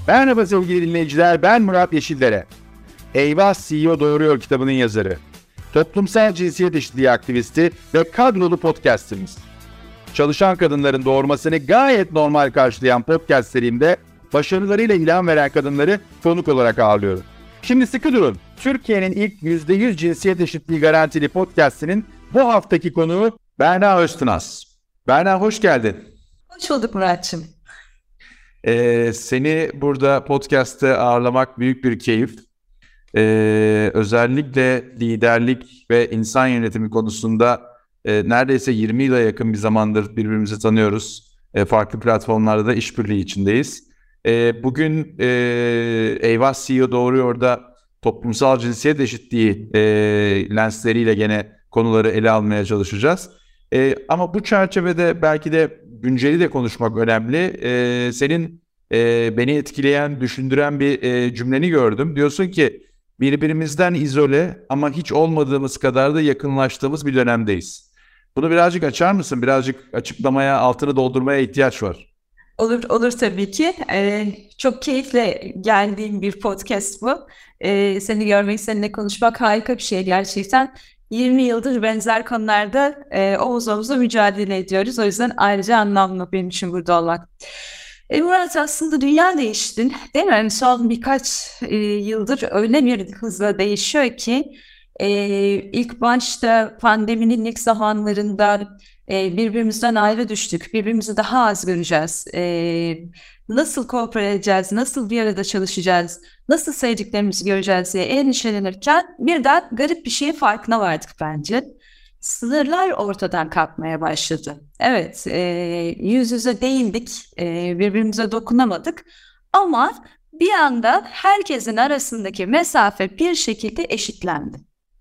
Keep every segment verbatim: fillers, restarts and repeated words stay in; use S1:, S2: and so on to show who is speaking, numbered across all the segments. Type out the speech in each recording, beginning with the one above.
S1: Merhaba sevgili dinleyiciler, ben Murat Yeşildere. Eyvah C E O Doğuruyor kitabının yazarı, toplumsal cinsiyet eşitliği aktivisti ve kadrolu podcastimiz. Çalışan kadınların doğurmasını gayet normal karşılayan podcast serimde başarılarıyla ilham veren kadınları konuk olarak ağırlıyorum. Şimdi sıkı durun, Türkiye'nin ilk yüzde yüz cinsiyet eşitliği garantili podcastinin bu haftaki konuğu Berna Öztınaz. Berna, hoş geldin.
S2: Hoş bulduk Murat'cığım.
S1: Ee, seni burada podcast'te ağırlamak büyük bir keyif. Ee, özellikle liderlik ve insan yönetimi konusunda e, neredeyse yirmi yıla yakın bir zamandır birbirimizi tanıyoruz. E, farklı platformlarda da işbirliği içindeyiz. E, bugün e, Eyvah C E O Doğuruyor'da toplumsal cinsiyet eşitliği e, lensleriyle gene konuları ele almaya çalışacağız. E, ama bu çerçevede belki de günceli de konuşmak önemli. E, senin e, beni etkileyen, düşündüren bir e, cümleni gördüm. Diyorsun ki birbirimizden izole ama hiç olmadığımız kadar da yakınlaştığımız bir dönemdeyiz. Bunu birazcık açar mısın? Birazcık açıklamaya, altını doldurmaya ihtiyaç var.
S2: Olur, olur tabii ki. Ee, çok keyifle geldiğim bir podcast bu. Ee, seni görmek, seninle konuşmak harika bir şey gerçekten. yirmi yıldır benzer konularda e, omuz omuza mücadele ediyoruz. O yüzden ayrıca anlamlı benim için burada olmak. E, Murat, aslında dünya değişti, değil mi? Yani son birkaç e, yıldır öyle bir hızla değişiyor ki e, ilk başta pandeminin ilk zamanlarında e, birbirimizden ayrı düştük. Birbirimizi daha az göreceğiz. E, nasıl koopere edeceğiz? Nasıl bir arada çalışacağız? Nasıl sevdiklerimizi göreceğiz diye endişelenirken birden garip bir şeyin farkına vardık bence. Sınırlar ortadan kalkmaya başladı. Evet, e, yüz yüze değildik, e, birbirimize dokunamadık ama bir anda herkesin arasındaki mesafe bir şekilde eşitlendi.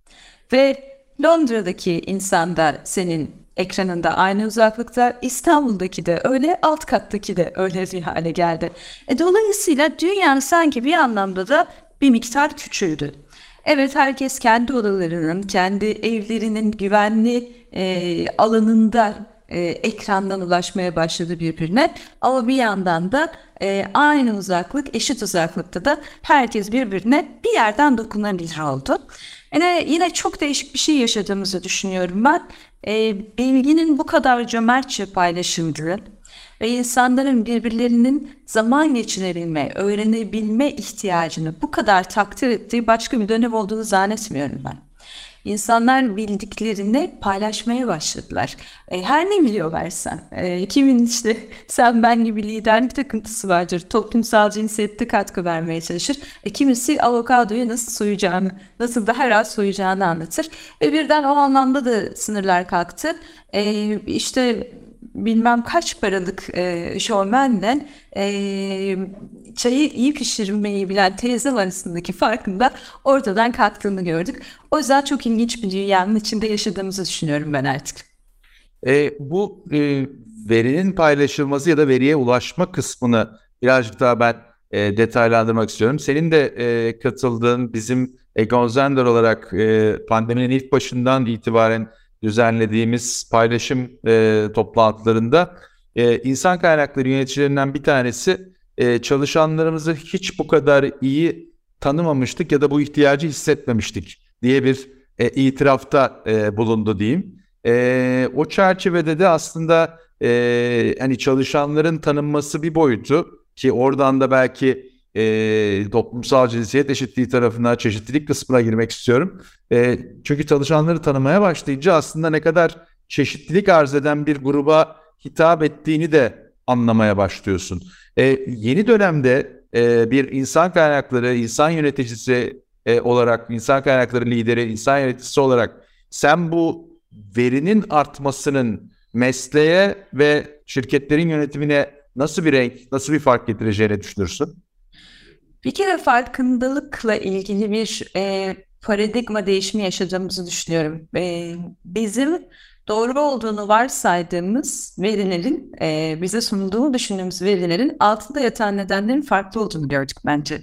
S2: Ve Londra'daki insan da senin ekranında aynı uzaklıkta, İstanbul'daki de öyle, alt kattaki de öyle bir hale geldi. E, dolayısıyla dünya sanki bir anlamda da bir miktar küçüldü. Evet, herkes kendi odalarının, kendi evlerinin güvenli e, alanında e, ekrandan ulaşmaya başladı birbirine. Ama bir yandan da e, aynı uzaklık, eşit uzaklıkta da herkes birbirine bir yerden dokunabilir oldu. Yine, yine çok değişik bir şey yaşadığımızı düşünüyorum ben. E, bilginin bu kadar cömertçe paylaşıldığı ve insanların birbirlerinin zaman geçirebilme, öğrenebilme ihtiyacını bu kadar takdir ettiği başka bir dönem olduğunu zannetmiyorum ben. İnsanlar bildiklerini paylaşmaya başladılar. E, her ne biliyorlarsa, e, kimin işte sen ben gibi liderlik takıntısı vardır, toplumsal cinsiyette katkı vermeye çalışır. E, kimisi avokadoyu nasıl soyacağını, nasıl daha rahat soyacağını anlatır. Ve birden o anlamda da sınırlar kalktı. E, işte bilmem kaç paralık e, şovmenle e, çayı iyi pişirmeyi bilen teyze arasındaki farkın da ortadan kalktığını gördük. O yüzden çok ilginç bir dünyanın içinde yaşadığımızı düşünüyorum ben artık.
S1: E, bu e, verinin paylaşılması ya da veriye ulaşma kısmını birazcık daha ben e, detaylandırmak istiyorum. Senin de e, katıldığın bizim Egon Zehnder olarak e, pandeminin ilk başından itibaren düzenlediğimiz paylaşım e, toplantılarında e, insan kaynakları yöneticilerinden bir tanesi e, çalışanlarımızı hiç bu kadar iyi tanımamıştık ya da bu ihtiyacı hissetmemiştik diye bir e, itirafta e, bulundu diyeyim. E, o çerçevede de aslında e, hani çalışanların tanınması bir boyutu ki oradan da belki E, toplumsal cinsiyet eşitliği tarafına, çeşitlilik kısmına girmek istiyorum. E, çünkü çalışanları tanımaya başlayınca aslında ne kadar çeşitlilik arz eden bir gruba hitap ettiğini de anlamaya başlıyorsun. E, yeni dönemde e, bir insan kaynakları, insan yöneticisi e, olarak, insan kaynakları lideri, insan yöneticisi olarak sen bu verinin artmasının mesleğe ve şirketlerin yönetimine nasıl bir renk, nasıl bir fark getireceğini düşünürsün?
S2: Bir kere farkındalıkla ilgili bir e, paradigma değişimi yaşadığımızı düşünüyorum. E, bizim doğru olduğunu varsaydığımız verilerin, e, bize sunulduğunu düşündüğümüz verilerin altında yatan nedenlerin farklı olduğunu gördük bence.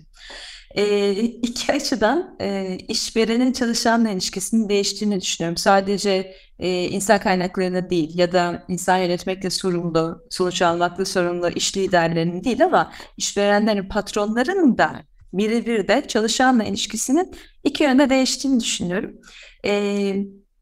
S2: E, iki açıdan e, işverenin çalışanla ilişkisinin değiştiğini düşünüyorum. Sadece e, insan kaynaklarına değil ya da insan yönetmekle sorumlu, sonuç almakla sorumlu iş liderlerinin değil ama işverenlerin, patronların da birebir de çalışanla ilişkisinin iki yönde değiştiğini düşünüyorum. E,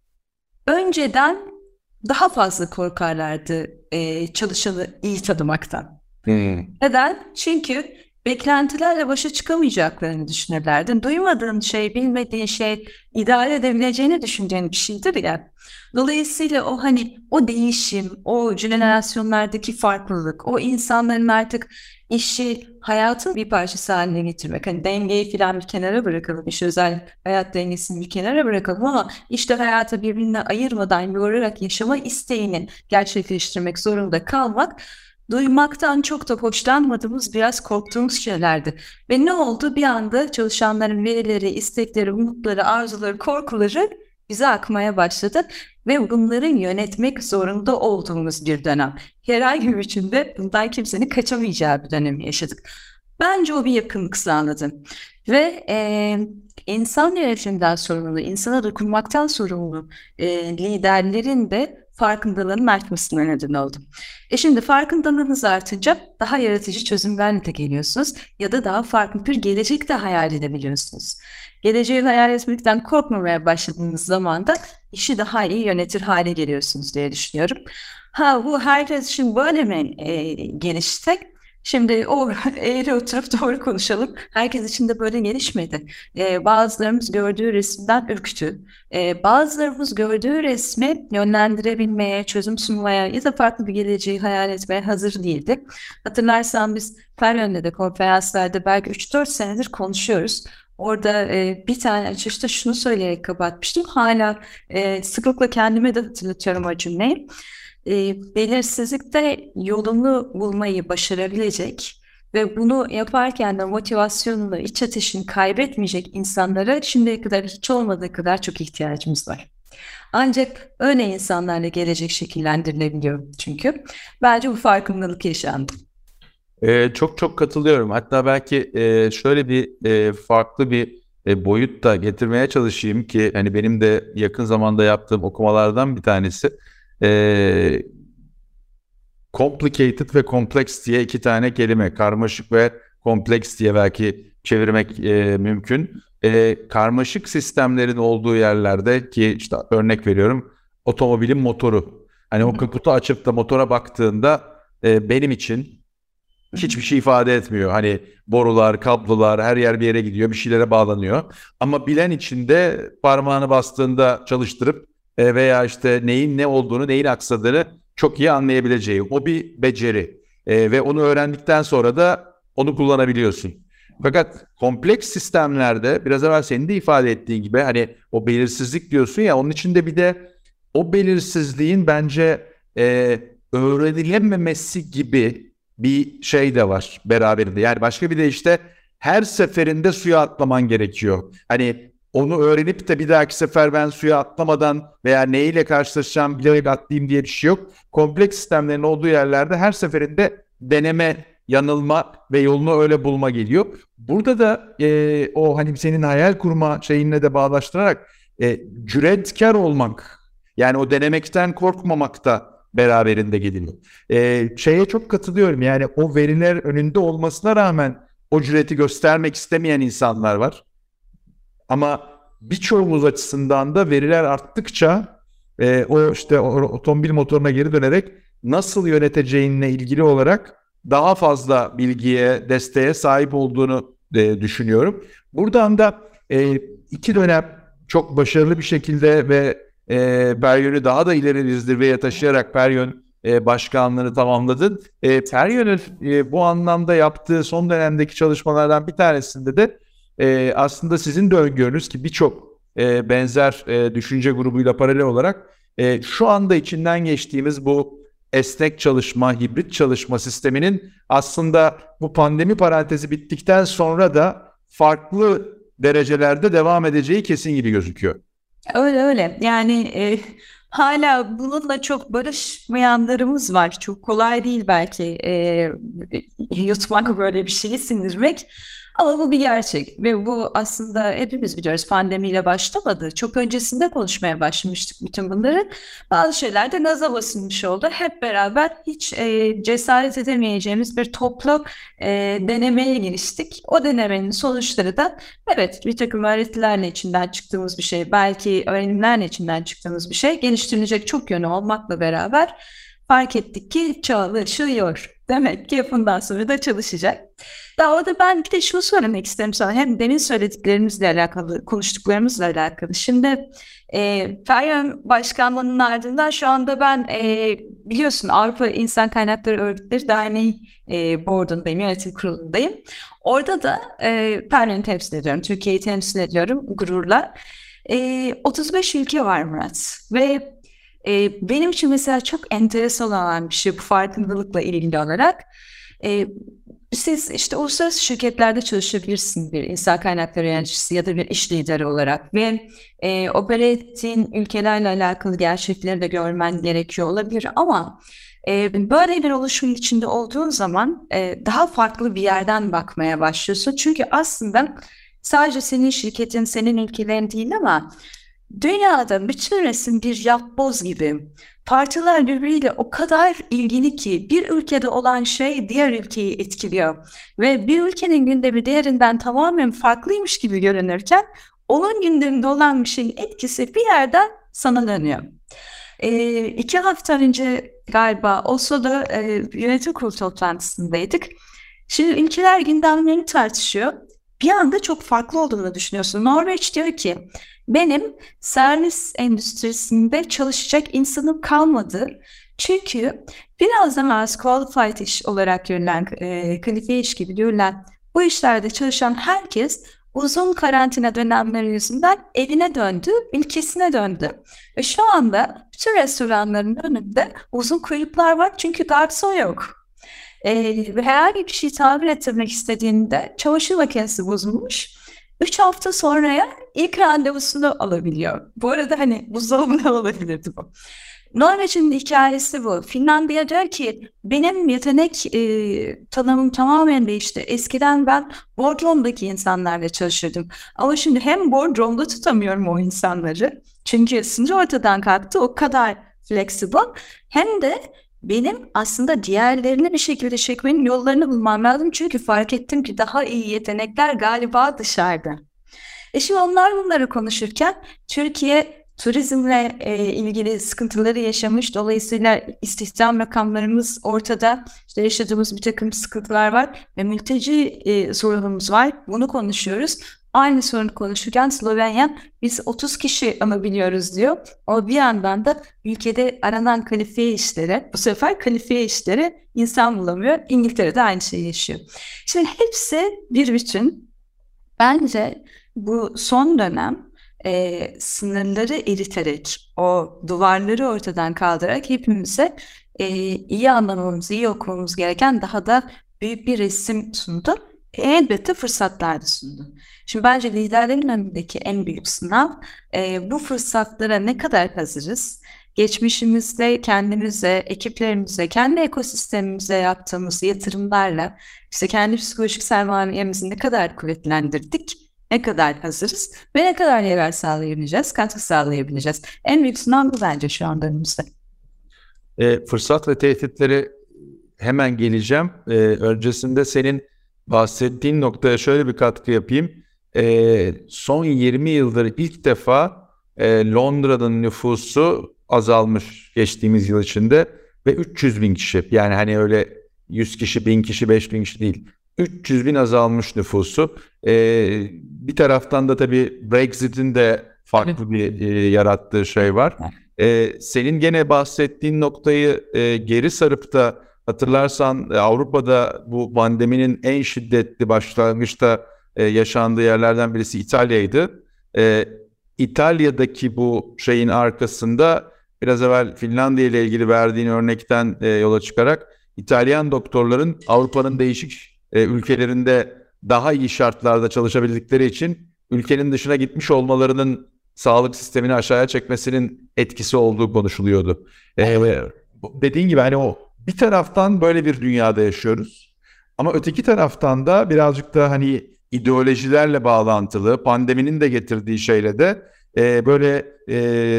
S2: önceden daha fazla korkarlardı e, çalışanı iyi tanımaktan. Hmm. Neden? Çünkü beklentilerle başa çıkamayacaklarını düşünürlerdi. Duymadığın şey, bilmediğin şey, idare edebileceğini düşündüğün bir şeydir ya. Dolayısıyla o hani o değişim, o jenerasyonlardaki farklılık, o insanların artık işi hayatın bir parçası haline getirmek. Hani dengeyi falan bir kenara bırakalım, iş özel hayat dengesini bir kenara bırakalım ama işte hayata birbirine ayırmadan yorarak yaşama isteğini gerçekleştirmek zorunda kalmak, duymaktan çok da hoşlanmadığımız, biraz korktuğumuz şeylerdi. Ve ne oldu? Bir anda çalışanların verileri, istekleri, umutları, arzuları, korkuları bize akmaya başladı. Ve bunları yönetmek zorunda olduğumuz bir dönem. Herhangi bir biçimde bundan kimsenin kaçamayacağı bir dönemi yaşadık. Bence o bir yakınlık sağladı. Ve e, insan yönetiminden sorumlu, insana dokunmaktan sorumlu e, liderlerin de farkındalığının artmasına neden oldu. E şimdi farkındalığınız artınca daha yaratıcı çözümlerle de geliyorsunuz ya da daha farklı bir gelecek de hayal edebiliyorsunuz. Geleceği hayal etmekten korkmamaya başladığınız zaman da işi daha iyi yönetir hale geliyorsunuz diye düşünüyorum. Ha bu herkes için böyle mi e, gelişti? Şimdi o eğri oturup doğru konuşalım. Herkes için de böyle gelişmedi. Ee, bazılarımız gördüğü resimden ürktü. Ee, bazılarımız gördüğü resmi yönlendirebilmeye, çözüm sunmaya ya da farklı bir geleceği hayal etmeye hazır değildi. Hatırlarsan biz Feryon'da da konferanslarda belki üç dört senedir konuşuyoruz. Orada e, bir tane açışta şunu söyleyerek kapatmıştım. Hala e, sıklıkla kendime de hatırlatıyorum o cümleyi. E, belirsizlikte yolunu bulmayı başarabilecek ve bunu yaparken de motivasyonunu, iç ateşini kaybetmeyecek insanlara şimdiye kadar hiç olmadığı kadar çok ihtiyacımız var. Ancak öyle insanlarla gelecek şekillendirilebiliyor çünkü. Bence bu farkındalık yaşandı.
S1: Ee, çok çok katılıyorum. Hatta belki e, şöyle bir e, farklı bir e, boyut da getirmeye çalışayım ki hani benim de yakın zamanda yaptığım okumalardan bir tanesi. E, complicated ve complex diye iki tane kelime, karmaşık ve kompleks diye belki çevirmek e, mümkün. E, karmaşık sistemlerin olduğu yerlerde ki işte örnek veriyorum otomobilin motoru. Hani o kaputu açıp da motora baktığında e, benim için hiçbir şey ifade etmiyor. Hani borular, kablolar her yer bir yere gidiyor, bir şeylere bağlanıyor. Ama bilen içinde parmağını bastığında çalıştırıp e, veya işte neyin ne olduğunu, neyin aksadığını çok iyi anlayabileceği. O bir beceri. E, ve onu öğrendikten sonra da onu kullanabiliyorsun. Fakat kompleks sistemlerde biraz evvel senin de ifade ettiğin gibi hani o belirsizlik diyorsun ya, onun içinde bir de o belirsizliğin bence e, öğrenilememesi gibi bir şey de var beraberinde. Yani başka bir de işte her seferinde suya atlaman gerekiyor. Hani onu öğrenip de bir dahaki sefer ben suya atlamadan veya neyle karşılaşacağım bilerek atlayayım diye bir şey yok. Kompleks sistemlerin olduğu yerlerde her seferinde deneme, yanılma ve yolunu öyle bulma geliyor. Burada da e, o hani senin hayal kurma şeyinle de bağdaştırarak e, cüretkar olmak, yani o denemekten korkmamak da beraberinde geliyor. Ee, şeye çok katılıyorum, yani o veriler önünde olmasına rağmen o cüreti göstermek istemeyen insanlar var. Ama birçoğumuz açısından da veriler arttıkça e, o işte o, otomobil motoruna geri dönerek nasıl yöneteceğinle ilgili olarak daha fazla bilgiye, desteğe sahip olduğunu e, düşünüyorum. Buradan da e, iki dönem çok başarılı bir şekilde ve E, Peryon'u daha da ileri bir zirveye taşıyarak Peryon e, başkanlığını tamamladın. E, Peryon'un e, bu anlamda yaptığı son dönemdeki çalışmalardan bir tanesinde de e, aslında sizin de öngörünüz ki birçok e, benzer e, düşünce grubuyla paralel olarak e, şu anda içinden geçtiğimiz bu esnek çalışma, hibrit çalışma sisteminin aslında bu pandemi parantezi bittikten sonra da farklı derecelerde devam edeceği kesin gibi gözüküyor.
S2: Öyle öyle. Yani e, hala bununla çok barışmayanlarımız var. Çok kolay değil belki e, yutmak, böyle bir şeyi sindirmek. Ama bu bir gerçek ve bu aslında hepimiz biliyoruz, pandemiyle başlamadı. Çok öncesinde konuşmaya başlamıştık bütün bunları. Bazı şeyler de gaza basılmış oldu. Hep beraber hiç e, cesaret edemeyeceğimiz bir toplu e, denemeye giriştik. O denemenin sonuçları da evet, bir takım öğretilerle içinden çıktığımız bir şey, belki öğrenimlerle içinden çıktığımız bir şey, geliştirilecek çok yönü olmakla beraber fark ettik ki çalışıyor. Demek ki bundan sonra da çalışacak. Daha orada ben bir de şunu söylemek isterim sana. Hem demin söylediklerimizle alakalı, konuştuklarımızla alakalı. Şimdi e, Feryal Başkanlığı'nın ardından şu anda ben e, biliyorsun Avrupa İnsan Kaynakları Örgütleri Derneği e, board'undayım, yönetim kurulundayım. Orada da e, Feryal'i temsil ediyorum, Türkiye'yi temsil ediyorum gururla. E, otuz beş ülke var Murat ve e, benim için mesela çok enteresan olan bir şey bu, farkındalıkla ilgili olarak. E, Siz işte uluslararası şirketlerde çalışabilirsiniz bir insan kaynakları yöneticisi ya da bir iş lideri olarak ve e, opere ettiğin ülkelerle alakalı gerçekleri de görmen gerekiyor olabilir ama e, böyle bir oluşumun içinde olduğun zaman e, daha farklı bir yerden bakmaya başlıyorsun. Çünkü aslında sadece senin şirketin, senin ülkelerin değil ama dünyada bütün resim bir yapboz gibi. Parçalar birbiriyle o kadar ilgili ki bir ülkede olan şey diğer ülkeyi etkiliyor. Ve bir ülkenin gündemi diğerinden tamamen farklıymış gibi görünürken onun gündeminde olan bir şeyin etkisi bir yerden sana dönüyor. E, iki hafta önce galiba Oslo'da e, yönetim kurulu toplantısındaydık. Şimdi ülkeler gündemlerini tartışıyor. Bir anda çok farklı olduğunu düşünüyorsun. Norveç diyor ki benim servis endüstrisinde çalışacak insanım kalmadı. Çünkü biraz da mass qualified iş olarak görülen, e, kalifiye iş gibi görülen bu işlerde çalışan herkes uzun karantina dönemleri yüzünden evine döndü, ülkesine döndü. Ve şu anda bütün restoranların önünde uzun kuyruklar var çünkü garson yok. Ee, ve herhangi bir şey tamir ettirmek istediğinde çamaşır makinesi bozulmuş. Üç hafta sonraya ilk randevusunu alabiliyor. Bu arada hani buzdolabına alabilirdi bu. Norveç'in hikayesi bu. Finlandiya diyor ki benim yetenek e, tanımım tamamen değişti. Eskiden ben boardroom'daki insanlarla çalışırdım. Ama şimdi hem boardroom'da tutamıyorum o insanları. Çünkü sınır ortadan kalktı, o kadar flexible. Hem de benim aslında diğerlerini bir şekilde çekmenin yollarını bulmam lazım. Çünkü fark ettim ki daha iyi yetenekler galiba dışarıda. E şimdi onlar bunları konuşurken Türkiye turizmle e, ilgili sıkıntıları yaşamış. Dolayısıyla istihdam rakamlarımız ortada. İşte yaşadığımız bir takım sıkıntılar var ve mülteci e, sorunumuz var. Bunu konuşuyoruz. Aynı sorunu konuşurken Slovenya biz otuz kişi alabiliyoruz diyor. Ama bir yandan da ülkede aranan kalifiye işleri, bu sefer kalifiye işleri insan bulamıyor. İngiltere'de aynı şeyi yaşıyor. Şimdi hepsi bir bütün. Bence bu son dönem e, sınırları eriterek, o duvarları ortadan kaldırarak hepimize e, iyi anlamamız, iyi okumamız gereken daha da büyük bir resim sundu. E, elbette fırsatlar da sundu. Şimdi bence liderlerin önündeki en büyük sınav e, bu fırsatlara ne kadar hazırız? Geçmişimizde kendimize, ekiplerimize, kendi ekosistemimize yaptığımız yatırımlarla işte kendi psikolojik sermayemizi ne kadar kuvvetlendirdik, ne kadar hazırız ve ne kadar yarar sağlayabileceğiz, katkı sağlayabileceğiz. En büyük sınav bu bence şu anda önümüzde.
S1: E, fırsat ve tehditleri hemen geleceğim. E, öncesinde senin bahsettiğin noktaya şöyle bir katkı yapayım. E, son yirmi yıldır ilk defa e, Londra'nın nüfusu azalmış geçtiğimiz yıl içinde ve üç yüz bin kişi. Yani hani öyle yüz kişi, bin kişi, beş bin kişi değil. üç yüz bin azalmış nüfusu. E, bir taraftan da tabii Brexit'in de farklı bir e, yarattığı şey var. E, senin gene bahsettiğin noktayı e, geri sarıp da hatırlarsan Avrupa'da bu pandeminin en şiddetli başlangıçta e, yaşandığı yerlerden birisi İtalya'ydı. E, İtalya'daki bu şeyin arkasında biraz evvel Finlandiya ile ilgili verdiğin örnekten e, yola çıkarak İtalyan doktorların Avrupa'nın değişik e, ülkelerinde daha iyi şartlarda çalışabildikleri için ülkenin dışına gitmiş olmalarının sağlık sistemini aşağıya çekmesinin etkisi olduğu konuşuluyordu. E, dediğin gibi hani o bir taraftan böyle bir dünyada yaşıyoruz. Ama öteki taraftan da birazcık da hani ideolojilerle bağlantılı, pandeminin de getirdiği şeyle de e, böyle e,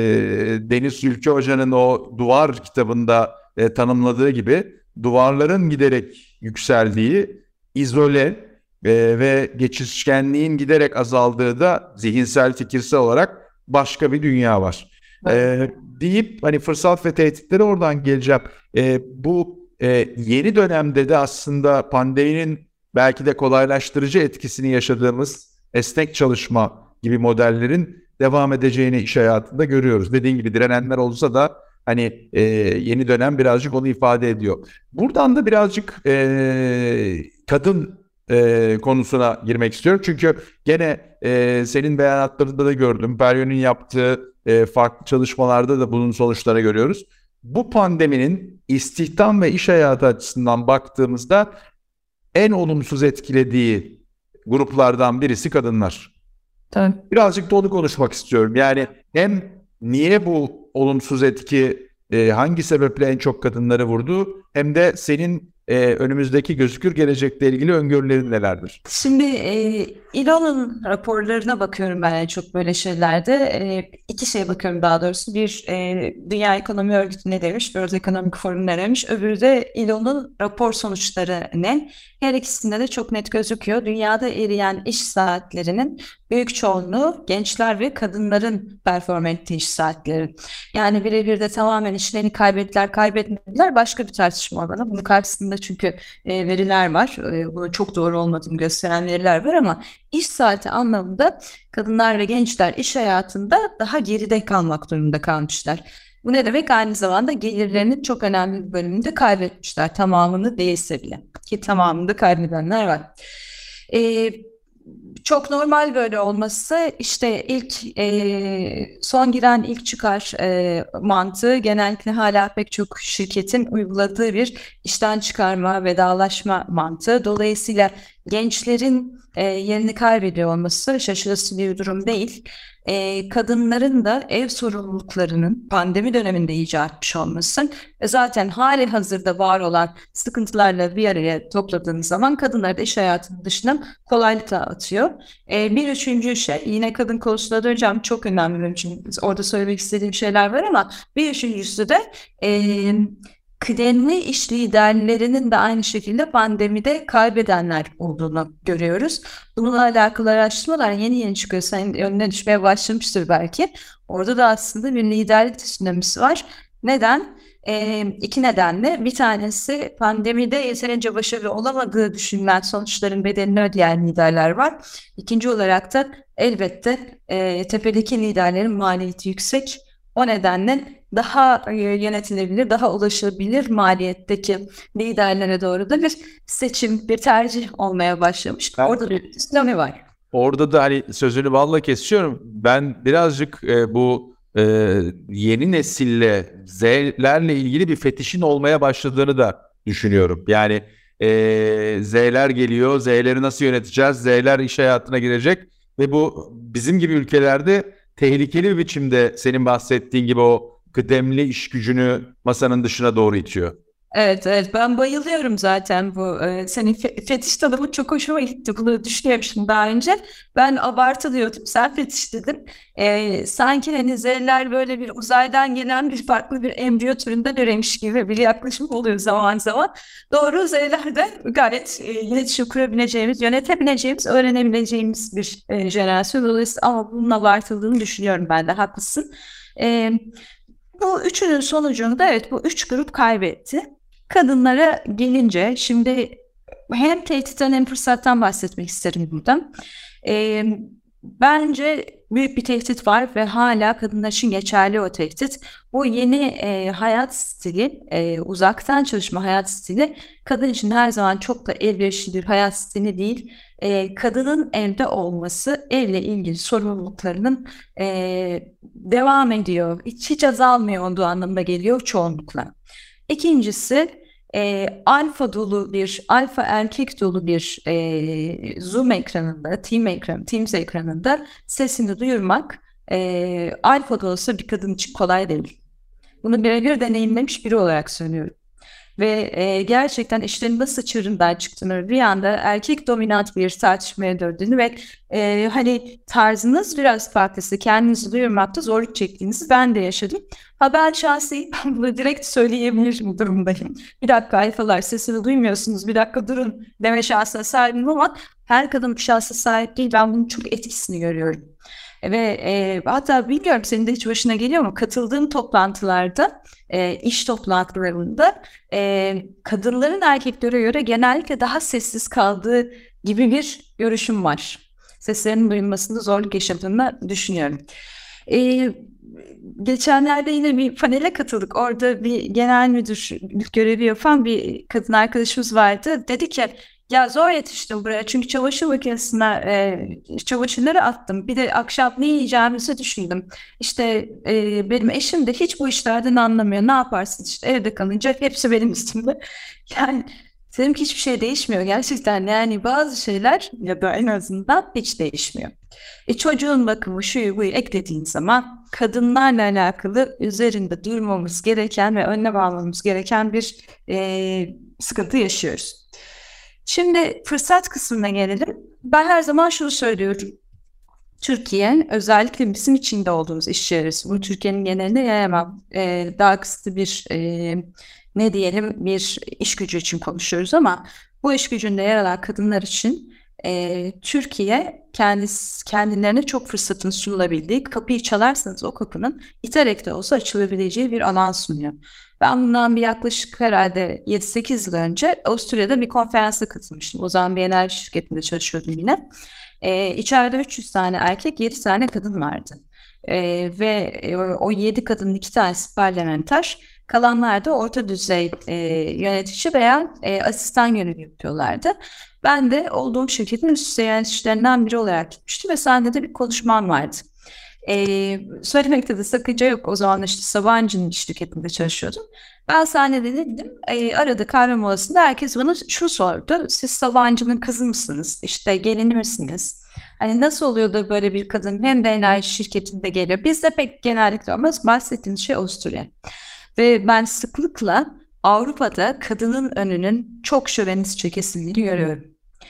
S1: Deniz Ülke Hoca'nın o Duvar kitabında e, tanımladığı gibi duvarların giderek yükseldiği, izole e, ve geçişkenliğin giderek azaldığı da zihinsel, fikirsel olarak başka bir dünya var. E, deyip hani fırsat ve tehditlere oradan geleceğim. E, bu e, yeni dönemde de aslında pandeminin belki de kolaylaştırıcı etkisini yaşadığımız esnek çalışma gibi modellerin devam edeceğini iş hayatında görüyoruz. Dediğin gibi direnenler olsa da hani e, yeni dönem birazcık onu ifade ediyor. Buradan da birazcık e, kadın e, konusuna girmek istiyorum. Çünkü gene e, senin beyanatlarında da gördüm. Peryon'un yaptığı e, farklı çalışmalarda da bunun sonuçlarını görüyoruz. Bu pandeminin istihdam ve iş hayatı açısından baktığımızda en olumsuz etkilediği gruplardan birisi kadınlar.
S2: Tabii.
S1: Birazcık da onu konuşmak istiyorum. Yani hem niye bu olumsuz etki e, hangi sebeple en çok kadınları vurdu, hem de senin e, önümüzdeki gözükür gelecekle ilgili öngörülerin nelerdir?
S2: Şimdi e, İLO'nun raporlarına bakıyorum ben en çok böyle şeylerde. E, iki şeye bakıyorum daha doğrusu. Bir, e, Dünya Ekonomi Örgütü ne demiş, World Economic Forum ne demiş. Öbürü de İLO'nun rapor sonuçları ne? Her ikisinde de çok net gözüküyor. Dünyada eriyen iş saatlerinin büyük çoğunluğu gençler ve kadınların perform ettiği iş saatleri. Yani birebir de tamamen işlerini kaybettiler, kaybetmediler başka bir tartışma alanı. Bunun karşısında çünkü e, veriler var. E, bunun çok doğru olmadığını gösteren veriler var ama iş saati anlamında kadınlar ve gençler iş hayatında daha geride kalmak durumunda kalmışlar. Bu ne demek? Aynı zamanda gelirlerinin çok önemli bir bölümünü de kaybetmişler. Tamamını değilse bile. Ki tamamını da kaybedenler var. Ee, çok normal böyle olması. İşte ilk e, son giren ilk çıkar e, mantığı genellikle hala pek çok şirketin uyguladığı bir işten çıkarma, vedalaşma mantığı. Dolayısıyla gençlerin e, yerini kaybediyor olması şaşırtıcı bir durum değil. E, kadınların da ev sorumluluklarının pandemi döneminde iyice artmış olması ve zaten hali hazırda var olan sıkıntılarla bir araya topladığınız zaman kadınları da iş hayatının dışına kolaylıkla atıyor. E, bir üçüncü şey, yine kadın konusuna döneceğim, çok önemli benim için orada söylemek istediğim şeyler var ama bir üçüncüsü de e, kıdemli iş liderlerinin de aynı şekilde pandemide kaybedenler olduğunu görüyoruz. Bununla alakalı araştırmalar yeni yeni çıkıyor. Senin önüne düşmeye başlamıştır belki. Orada da aslında bir liderlik tsunamisi var. Neden? Ee, iki nedenle. Bir tanesi pandemide yeterince başarılı olamadığı düşünülen sonuçların bedelini ödeyen liderler var. İkinci olarak da elbette e, tepedeki liderlerin maliyeti yüksek. O nedenle daha yönetilebilir, daha ulaşılabilir maliyetteki liderlere doğru da bir seçim, bir tercih olmaya başlamış.
S1: Ben,
S2: Orada bir tsunami var.
S1: Orada da hani sözünü balla kesiyorum. Ben birazcık e, bu e, yeni nesille, Z'lerle ilgili bir fetişin olmaya başladığını da düşünüyorum. Yani e, Z'ler geliyor, Z'leri nasıl yöneteceğiz? Z'ler iş hayatına girecek ve bu bizim gibi ülkelerde tehlikeli bir biçimde senin bahsettiğin gibi o kıdemli iş gücünü masanın dışına doğru itiyor.
S2: Evet, evet, ben bayılıyorum zaten bu e, senin fe- fetiş tanımı çok hoşuma gitti. Bunu düşünüyormuşum daha önce. Ben abartı diyordum, sen fetiş dedin. E, sanki hani zerler böyle bir uzaydan gelen bir farklı bir embriyo türünden üremiş gibi bir yaklaşım oluyor zaman zaman. Doğru, zerler de gayet e, iletişim kurabileceğimiz, yönetebileceğimiz, öğrenebileceğimiz bir e, jenerasyon. Dolayısıyla ama bunun abartıldığını düşünüyorum ben de, haklısın. E, bu üçünün sonucunda evet bu üç grup kaybetti. Kadınlara gelince şimdi hem tehditten hem fırsattan bahsetmek isterim burada. Ee, bence büyük bir tehdit var ve hala kadınlar için geçerli o tehdit. Bu yeni e, hayat stili, e, uzaktan çalışma hayat stili kadın için her zaman çok da elverişli bir hayat stili değil. E, kadının evde olması, evle ilgili sorumluluklarının e, devam ediyor. Hiç, hiç azalmıyor olduğu anlamına geliyor çoğunlukla. İkincisi e, alfa dolu bir, alfa erkek dolu bir e, Zoom ekranında, Team ekran, Teams ekranında sesini duyurmak e, alfa dolusu bir kadın için kolay değil. Bunu birebir deneyimlemiş biri olarak söylüyorum. ve e, gerçekten işlerin nasıl çığırından çıktığını, bir anda erkek dominant bir tartışmaya döndüğünü ve e, hani tarzınız biraz farklısı, kendinizi duyurmakta zorluk çektiğinizi ben de yaşadım. Ha ben şahsi bunu direkt söyleyebilir durumdayım. Bir dakika alfalar, sesini duymuyorsunuz, bir dakika durun deme şansına sahibim ama her kadın bu şansa sahip değil. Ben bunun çok etkisini görüyorum. Ve e, hatta bilmiyorum senin de hiç başına geliyor mu? Katıldığım toplantılarda, e, iş toplantılarında e, kadınların erkeklere göre genellikle daha sessiz kaldığı gibi bir görüşüm var. Seslerinin duyulmasında zorluk yaşadığını düşünüyorum. E, geçenlerde yine bir panele katıldık. Orada bir genel müdürlük görevi yapan bir kadın arkadaşımız vardı. Dedi ki ya zor yetiştim buraya çünkü çamaşır makinesine e, çamaşırları attım. Bir de akşam ne yiyeceğimizi düşündüm. İşte e, benim eşim de hiç bu işlerden anlamıyor. Ne yaparsın işte evde kalınca hepsi benim üstümde. Yani dedim ki hiçbir şey değişmiyor gerçekten. Yani bazı şeyler ya da en azından hiç değişmiyor. E, çocuğun bakımı şuyu buyu eklediğin zaman kadınlarla alakalı üzerinde durmamız gereken ve önüne almamız gereken bir e, sıkıntı yaşıyoruz. Şimdi fırsat kısmına gelelim. Ben her zaman şunu söylüyorum. Türkiye özellikle bizim içinde olduğumuz iş yerisi. Bu Türkiye'nin geneline yayamam. Ee, daha kısıtlı bir e, ne diyelim bir iş gücü için konuşuyoruz ama bu iş gücünde yer alan kadınlar için e, Türkiye kendisi, kendilerine çok fırsatın sunulabildiği, kapıyı çalarsanız o kapının iterek de olsa açılabileceği bir alan sunuyor. Ben bundan bir yaklaşık herhalde yedi sekiz yıl önce Avusturya'da bir konferansa katılmıştım. O zaman bir enerji şirketinde çalışıyordum yine. Ee, içeride üç yüz tane erkek, yedi tane kadın vardı. Ee, ve e, o yedi kadının iki tanesi parlamenter, kalanlar da orta düzey e, yönetici veya e, asistan görevi yapıyorlardı. Ben de olduğum şirketin üst düzey yöneticilerinden biri olarak gitmiştim ve sahnede de bir konuşmam vardı. Ee, söylemekte de sakınca yok. O zaman işte Sabancı'nın şirketinde çalışıyordum. Ben sahnede dedim. E, arada kahve molasında herkes bana şu sordu. Siz Sabancı'nın kızı mısınız? İşte gelini misiniz? Hani nasıl oluyor da böyle bir kadın hem de enerji şirketinde geliyor? Bizde pek genellikle ama bahsettiğiniz şey Avusturya. Ve ben sıklıkla Avrupa'da kadının önünün çok şövenistçe kesildiğini görüyorum.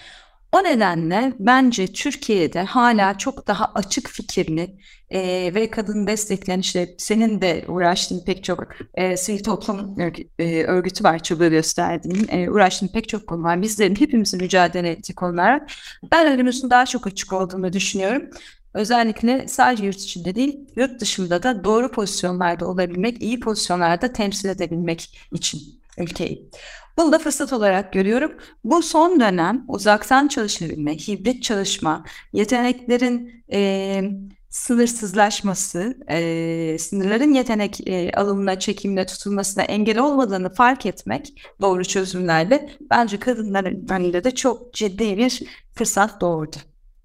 S2: O nedenle bence Türkiye'de hala çok daha açık fikirli e, ve kadını destekleyen işte senin de uğraştığın pek çok e, sivil toplum örgü, e, örgütü var, çaba gösterdiğin, e, uğraştığın pek çok konu var. Bizlerin hepimizin mücadele ettiği konular. Ben önümüzün daha çok açık olduğunu düşünüyorum. Özellikle sadece yurt içinde değil, yurt dışında da doğru pozisyonlarda olabilmek, iyi pozisyonlarda temsil edebilmek için ülkeyi. Bunu da fırsat olarak görüyorum. Bu son dönem uzaktan çalışabilme, hibrit çalışma, yeteneklerin e, sınırsızlaşması, e, sınırların yetenek e, alımına, çekimine tutulmasına engel olmadığını fark etmek doğru çözümlerle bence kadınların önünde de çok ciddi bir fırsat doğurdu.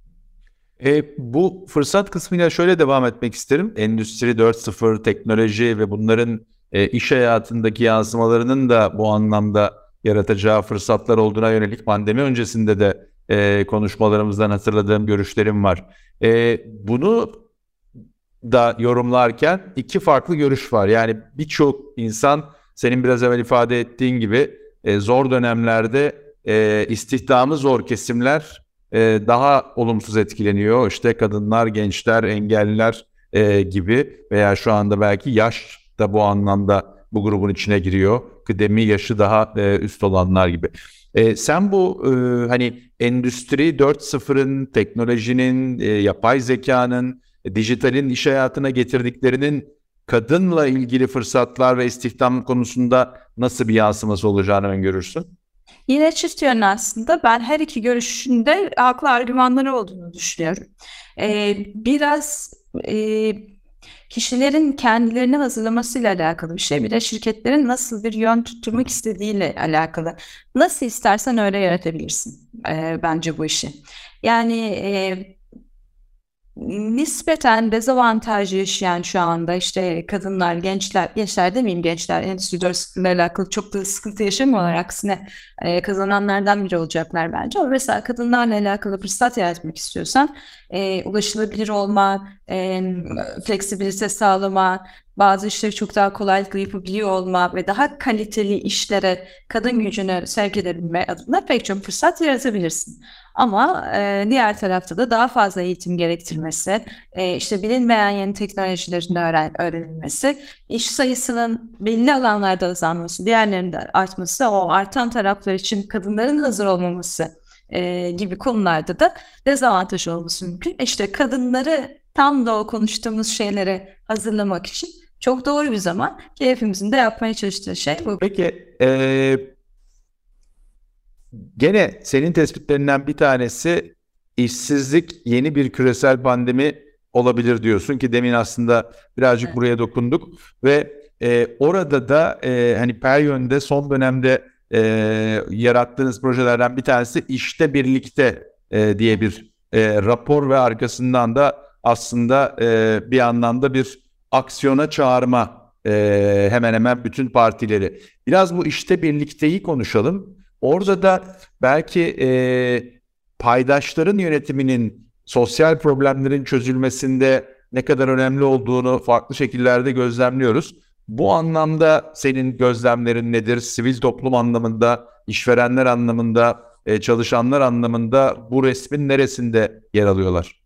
S1: E, bu fırsat kısmıyla şöyle devam etmek isterim. Endüstri dört nokta sıfır, teknoloji ve bunların e, iş hayatındaki yansımalarının da bu anlamda yaratacağı fırsatlar olduğuna yönelik pandemi öncesinde de e, konuşmalarımızdan hatırladığım görüşlerim var. E, bunu da yorumlarken iki farklı görüş var. Yani birçok insan senin biraz evvel ifade ettiğin gibi e, zor dönemlerde e, istihdamı zor kesimler e, daha olumsuz etkileniyor. İşte kadınlar, gençler, engelliler e, gibi veya şu anda belki yaş da bu anlamda bu grubun içine giriyor. Kıdemi yaşı daha e, üst olanlar gibi. E, sen bu e, hani endüstri dört nokta sıfırın, teknolojinin, e, yapay zekanın, e, dijitalin iş hayatına getirdiklerinin kadınla ilgili fırsatlar ve istihdam konusunda nasıl bir yansıması olacağını öngörürsün?
S2: Yine çift yönlü aslında. Ben her iki görüşünde haklı argümanları olduğunu düşünüyorum. Ee, biraz e, kişilerin kendilerini hazırlamasıyla alakalı bir şey. Bir de şirketlerin nasıl bir yön tutturmak istediğiyle alakalı. Nasıl istersen öyle yaratabilirsin e, bence bu işi. Yani e, nispeten dezavantajlı yaşayan şu anda işte kadınlar, gençler, gençler demeyeyim gençler, endüstri dört nokta sıfır ile alakalı çok da sıkıntı yaşamıyorlar. Aksine e, kazananlardan biri olacaklar bence. Ama mesela kadınlarla alakalı fırsat yaratmak istiyorsan e, ulaşılabilir olma, e, fleksibilite sağlama, bazı işleri çok daha kolaylıkla yapabiliyor olma ve daha kaliteli işlere kadın gücünü sevk edebilme adına pek çok fırsat yaratabilirsin. Ama e, diğer tarafta da daha fazla eğitim gerektirmesi, e, işte bilinmeyen yeni teknolojilerin öğren öğrenilmesi, iş sayısının belli alanlarda azalması, diğerlerinde artması, o artan taraflar için kadınların hazır olmaması e, gibi konularda da dezavantaj olması mümkün. İşte kadınları tam da o konuştuğumuz şeylere hazırlamak için çok doğru bir zaman ki hepimizin de yapmaya çalıştığı şey bu.
S1: Peki ee, gene senin tespitlerinden bir tanesi işsizlik yeni bir küresel pandemi olabilir diyorsun ki demin aslında birazcık
S2: Evet.
S1: buraya dokunduk ve e, orada da e, hani Peryon'de son dönemde e, yarattığınız projelerden bir tanesi işte birlikte e, diye bir e, rapor ve arkasından da aslında e, bir anlamda bir aksiyona çağırma e, hemen hemen bütün partileri. Biraz bu işte birlikteyi konuşalım. Orada da belki e, paydaşların yönetiminin sosyal problemlerin çözülmesinde ne kadar önemli olduğunu farklı şekillerde gözlemliyoruz. Bu anlamda senin gözlemlerin nedir? Sivil toplum anlamında, işverenler anlamında, e, çalışanlar anlamında bu resmin neresinde yer alıyorlar?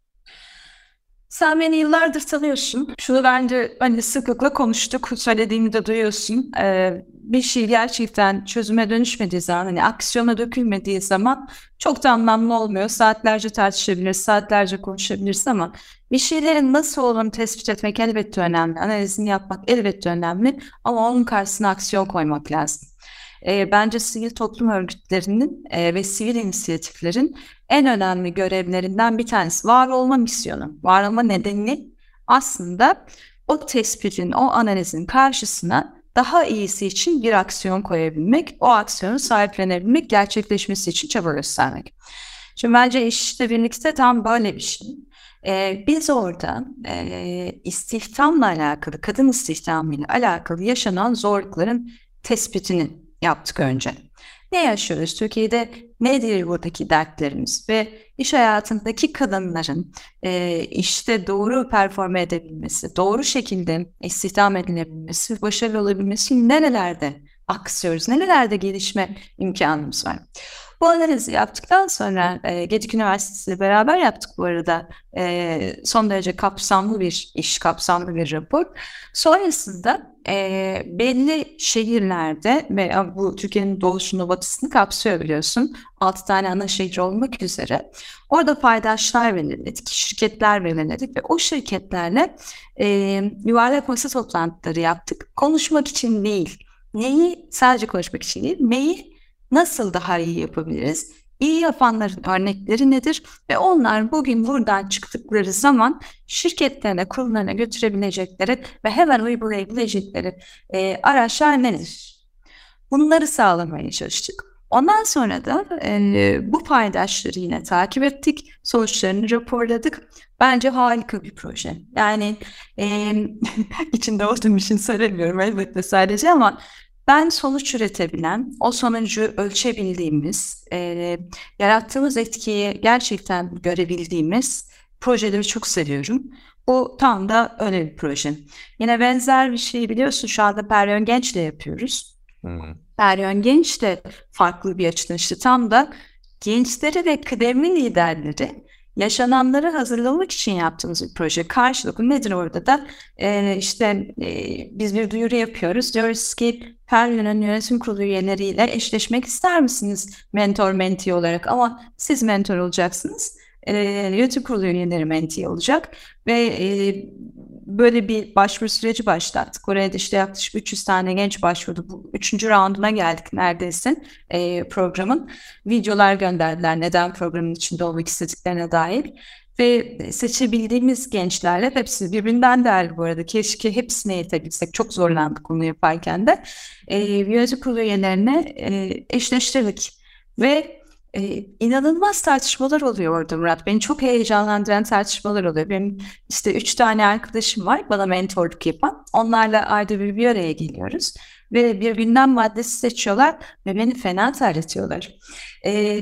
S2: Sen beni yıllardır tanıyorsun. Şunu bence hani sıklıkla konuştuk. Söylediğimi de duyuyorsun. Ee, bir şey gerçekten çözüme dönüşmediği zaman, hani aksiyona dökülmediği zaman çok da anlamlı olmuyor. Saatlerce tartışabiliriz, saatlerce konuşabiliriz ama bir şeylerin nasıl olduğunu tespit etmek elbette önemli. Analizini yapmak elbette önemli ama onun karşısına aksiyon koymak lazım. E, bence sivil toplum örgütlerinin e, ve sivil inisiyatiflerin en önemli görevlerinden bir tanesi var olma misyonu, var olma nedeni aslında o tespitin, o analizin karşısına daha iyisi için bir aksiyon koyabilmek, o aksiyonu sahiplenebilmek, gerçekleşmesi için çaba göstermek. Şimdi bence işte birlikte tam böyle bir şey. Ee, biz orada e, istihdamla alakalı, kadın istihdamıyla alakalı yaşanan zorlukların tespitini yaptık önce. Ne yaşıyoruz? Türkiye'de nedir buradaki dertlerimiz ve iş hayatındaki kadınların e, işte doğru performe edebilmesi, doğru şekilde istihdam edilebilmesi, başarılı olabilmesi nerelerde aksıyoruz, nerelerde gelişme imkanımız var. Bu analizi yaptıktan sonra e, Gedik Üniversitesi ile beraber yaptık bu arada. E, son derece kapsamlı bir iş, kapsamlı bir rapor. Sonrasında e, belli şehirlerde ve bu Türkiye'nin doğusunu batısını kapsıyor biliyorsun. Altı tane ana şehir olmak üzere. Orada paydaşlar belirledik, şirketler belirledik ve o şirketlerle e, yuvarlak masa toplantıları yaptık. Konuşmak için değil, neyi sadece konuşmak için değil, neyi nasıl daha iyi yapabiliriz? İyi yapanların örnekleri nedir? Ve onlar bugün buradan çıktıkları zaman şirketlerine, kurumlarına götürebilecekleri ve hemen uygulayabilecekleri e, araçlar nedir? Bunları sağlamaya çalıştık. Ondan sonra da e, bu paydaşları yine takip ettik. Sonuçlarını raporladık. Bence harika bir proje. Yani e, içinde olduğum için söylemiyorum elbette sadece ama ben sonuç üretebilen, o sonucu ölçebildiğimiz, e, yarattığımız etkiyi gerçekten görebildiğimiz projeleri çok seviyorum. Bu tam da öyle bir proje. Yine benzer bir şey biliyorsun şu anda Peryon Genç'le yapıyoruz. Hmm. Peryon Genç de farklı bir açıdan işte tam da gençleri ve kıdemli liderleri yaşananları hazırlamak için yaptığımız bir proje. Karşılıklı nedir orada da? Ee, işte e, biz bir duyuru yapıyoruz. Diyoruz ki Peryon'un yönetim kurulu üyeleriyle eşleşmek ister misiniz mentor mentee olarak? Ama siz mentor olacaksınız. Ee, yönetim kurulu üyeleri mentee olacak. Ve e, böyle bir başvuru süreci başlattık. Oraya da işte yaklaşık üç yüz tane genç başvurdu. Bu üçüncü rounduna geldik neredeyse e, programın. Videolar gönderdiler neden programın içinde olmak istediklerine dair. Ve seçebildiğimiz gençlerle hepsi birbirinden değerli bu arada. Keşke hepsine yetebilsek. Çok zorlandık bunu yaparken de. E, yönetim kurulu üyelerine e, eşleştirdik. Ve Ee, inanılmaz tartışmalar oluyor orada Murat. Beni çok heyecanlandıran tartışmalar oluyor. Benim işte üç tane arkadaşım var bana mentorluk yapan. Onlarla ayda bir bir araya geliyoruz. Ve bir gündem maddesi seçiyorlar ve beni fena terletiyorlar. Ee,